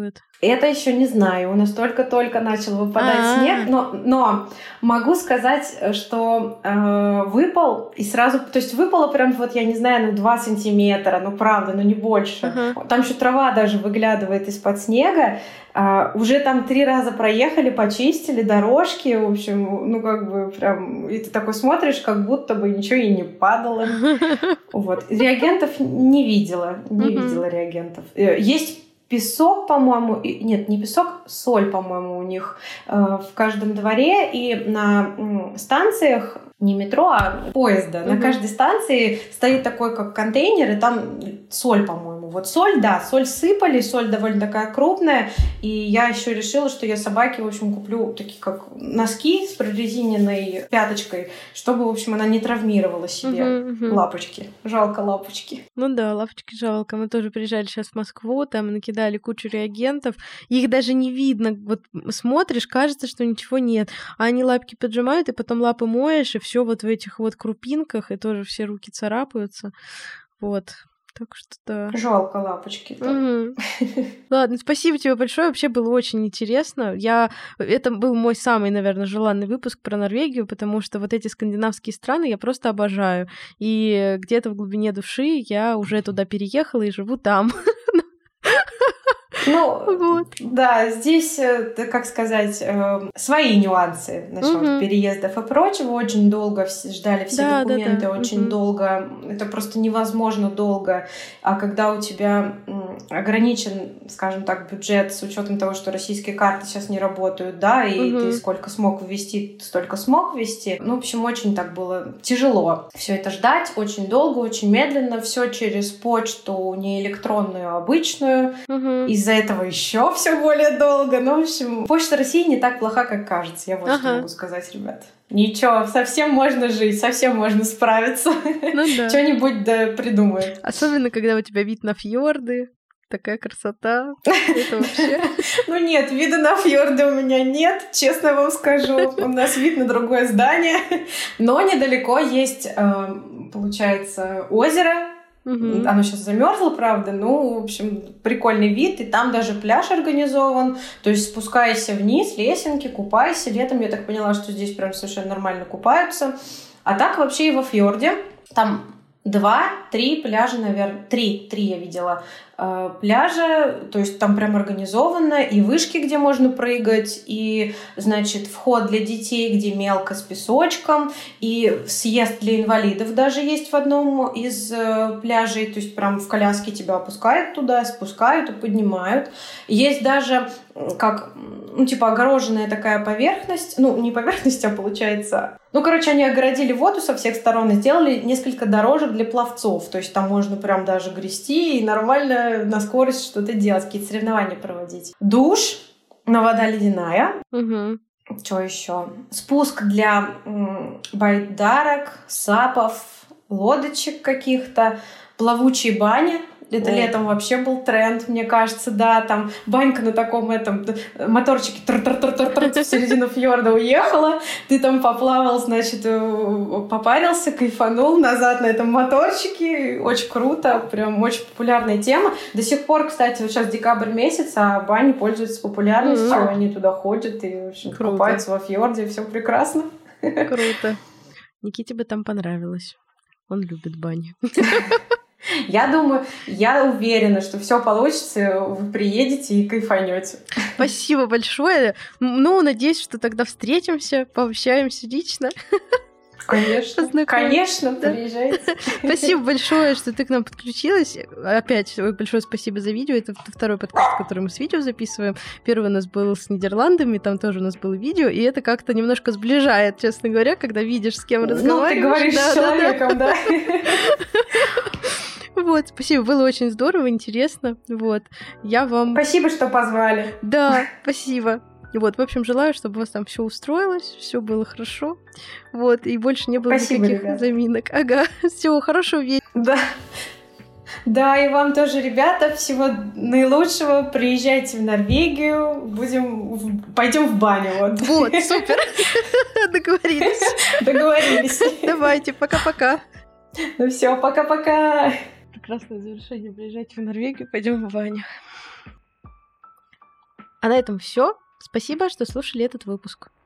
Это еще не знаю. У нас только-только начал выпадать снег, но могу сказать, что выпал и сразу, то есть выпало прям вот, я не знаю, 2 сантиметра, правда, не больше. Там еще трава даже выглядывает из-под снега. Уже там 3 раза проехали, почистили дорожки, в общем, прям, и ты такой смотришь, как будто бы ничего и не падало. Вот. Реагентов не видела реагентов. Есть песок, по-моему, нет, не песок, соль, по-моему, у них в каждом дворе, и на станциях, не метро, а поезда, на каждой станции стоит такой, как контейнер, и там соль, по-моему. Вот соль, да, соль сыпали, соль довольно такая крупная, и я еще решила, что я собаке, в общем, куплю такие, как носки с прорезиненной пяточкой, чтобы, в общем, она не травмировала себе лапочки. Жалко лапочки. Ну да, лапочки жалко. Мы тоже приезжали сейчас в Москву, там накидали кучу реагентов, их даже не видно. Вот смотришь, кажется, что ничего нет, а они лапки поджимают, и потом лапы моешь, и все вот в этих вот крупинках, и тоже все руки царапаются. Вот. Так что да. Жалко лапочки. Ладно, спасибо тебе большое. Вообще было очень интересно. Это был мой самый, наверное, желанный выпуск про Норвегию, потому что вот эти скандинавские страны я просто обожаю. И где-то в глубине души я уже туда переехала и живу там. Да, здесь, как сказать, свои нюансы насчет переездов и прочего. Очень долго ждали все документы, очень долго. Это просто невозможно долго. А когда у тебя ограничен, скажем так, бюджет с учетом того, что российские карты сейчас не работают, да, и ты сколько смог ввести, столько смог ввести. В общем, очень так было тяжело все это ждать, очень долго, очень медленно, все через почту, не электронную, а обычную. Из-за этого еще все более долго. В общем, почта России не так плоха, как кажется. Я вот что могу сказать, ребят. Ничего, совсем можно жить, совсем можно справиться. Что-нибудь придумают. Особенно, когда у тебя вид на фьорды. Такая красота. Это вообще... Нет, вида на фьорды у меня нет, честно вам скажу. У нас вид на другое здание. Но недалеко есть, получается, озеро. Оно сейчас замерзло, правда, в общем, прикольный вид, и там даже пляж организован, то есть спускайся вниз, лесенки, купайся, летом я так поняла, что здесь прям совершенно нормально купаются, а так вообще и во фьорде, там 2-3 пляжа, наверное, 3 я видела пляжа, то есть там прям организовано, и вышки, где можно прыгать, и, значит, вход для детей, где мелко с песочком, и съезд для инвалидов даже есть в одном из пляжей, то есть прям в коляске тебя опускают туда, спускают и поднимают. Есть даже как, огороженная такая поверхность, не поверхность, а получается... они огородили воду со всех сторон и сделали несколько дорожек для пловцов, то есть там можно прям даже грести и нормально на скорость что-то делать, какие-то соревнования проводить. Душ, но вода ледяная. Что еще? Спуск для байдарок, сапов, лодочек каких-то, плавучие бани. Это летом вообще был тренд, мне кажется, да, там банька на таком моторчике в середину фьорда уехала, ты там поплавал, значит, попарился, кайфанул назад на этом моторчике, очень круто, прям очень популярная тема. До сих пор, кстати, вот сейчас декабрь месяц, а бани пользуются популярностью, они туда ходят и, в общем, купаются во фьорде, все прекрасно. Круто. Никите бы там понравилось. Он любит бани. Я думаю, я уверена, что все получится, вы приедете и кайфанете. Спасибо большое. Надеюсь, что тогда встретимся, пообщаемся лично. Конечно, приезжайте. Спасибо большое, что ты к нам подключилась. Опять большое спасибо за видео. Это второй подкаст, который мы с видео записываем. Первый у нас был с Нидерландами, там тоже у нас было видео, и это как-то немножко сближает, честно говоря, когда видишь, с кем разговариваешь. Ты говоришь с человеком, да. Вот, спасибо, было очень здорово, интересно. Вот, я вам... Спасибо, что позвали. Да, спасибо. Вот, в общем, желаю, чтобы у вас там все устроилось, все было хорошо. Вот, и больше не было никаких заминок. Ага, всего хорошего вечера. Да. Да, и вам тоже, ребята, всего наилучшего. Приезжайте в Норвегию, пойдем в баню. Вот, супер. Договорились. Давайте, пока-пока. Все, пока-пока. Прекрасное завершение. Приезжайте в Норвегию, пойдем в баню. А на этом все. Спасибо, что слушали этот выпуск.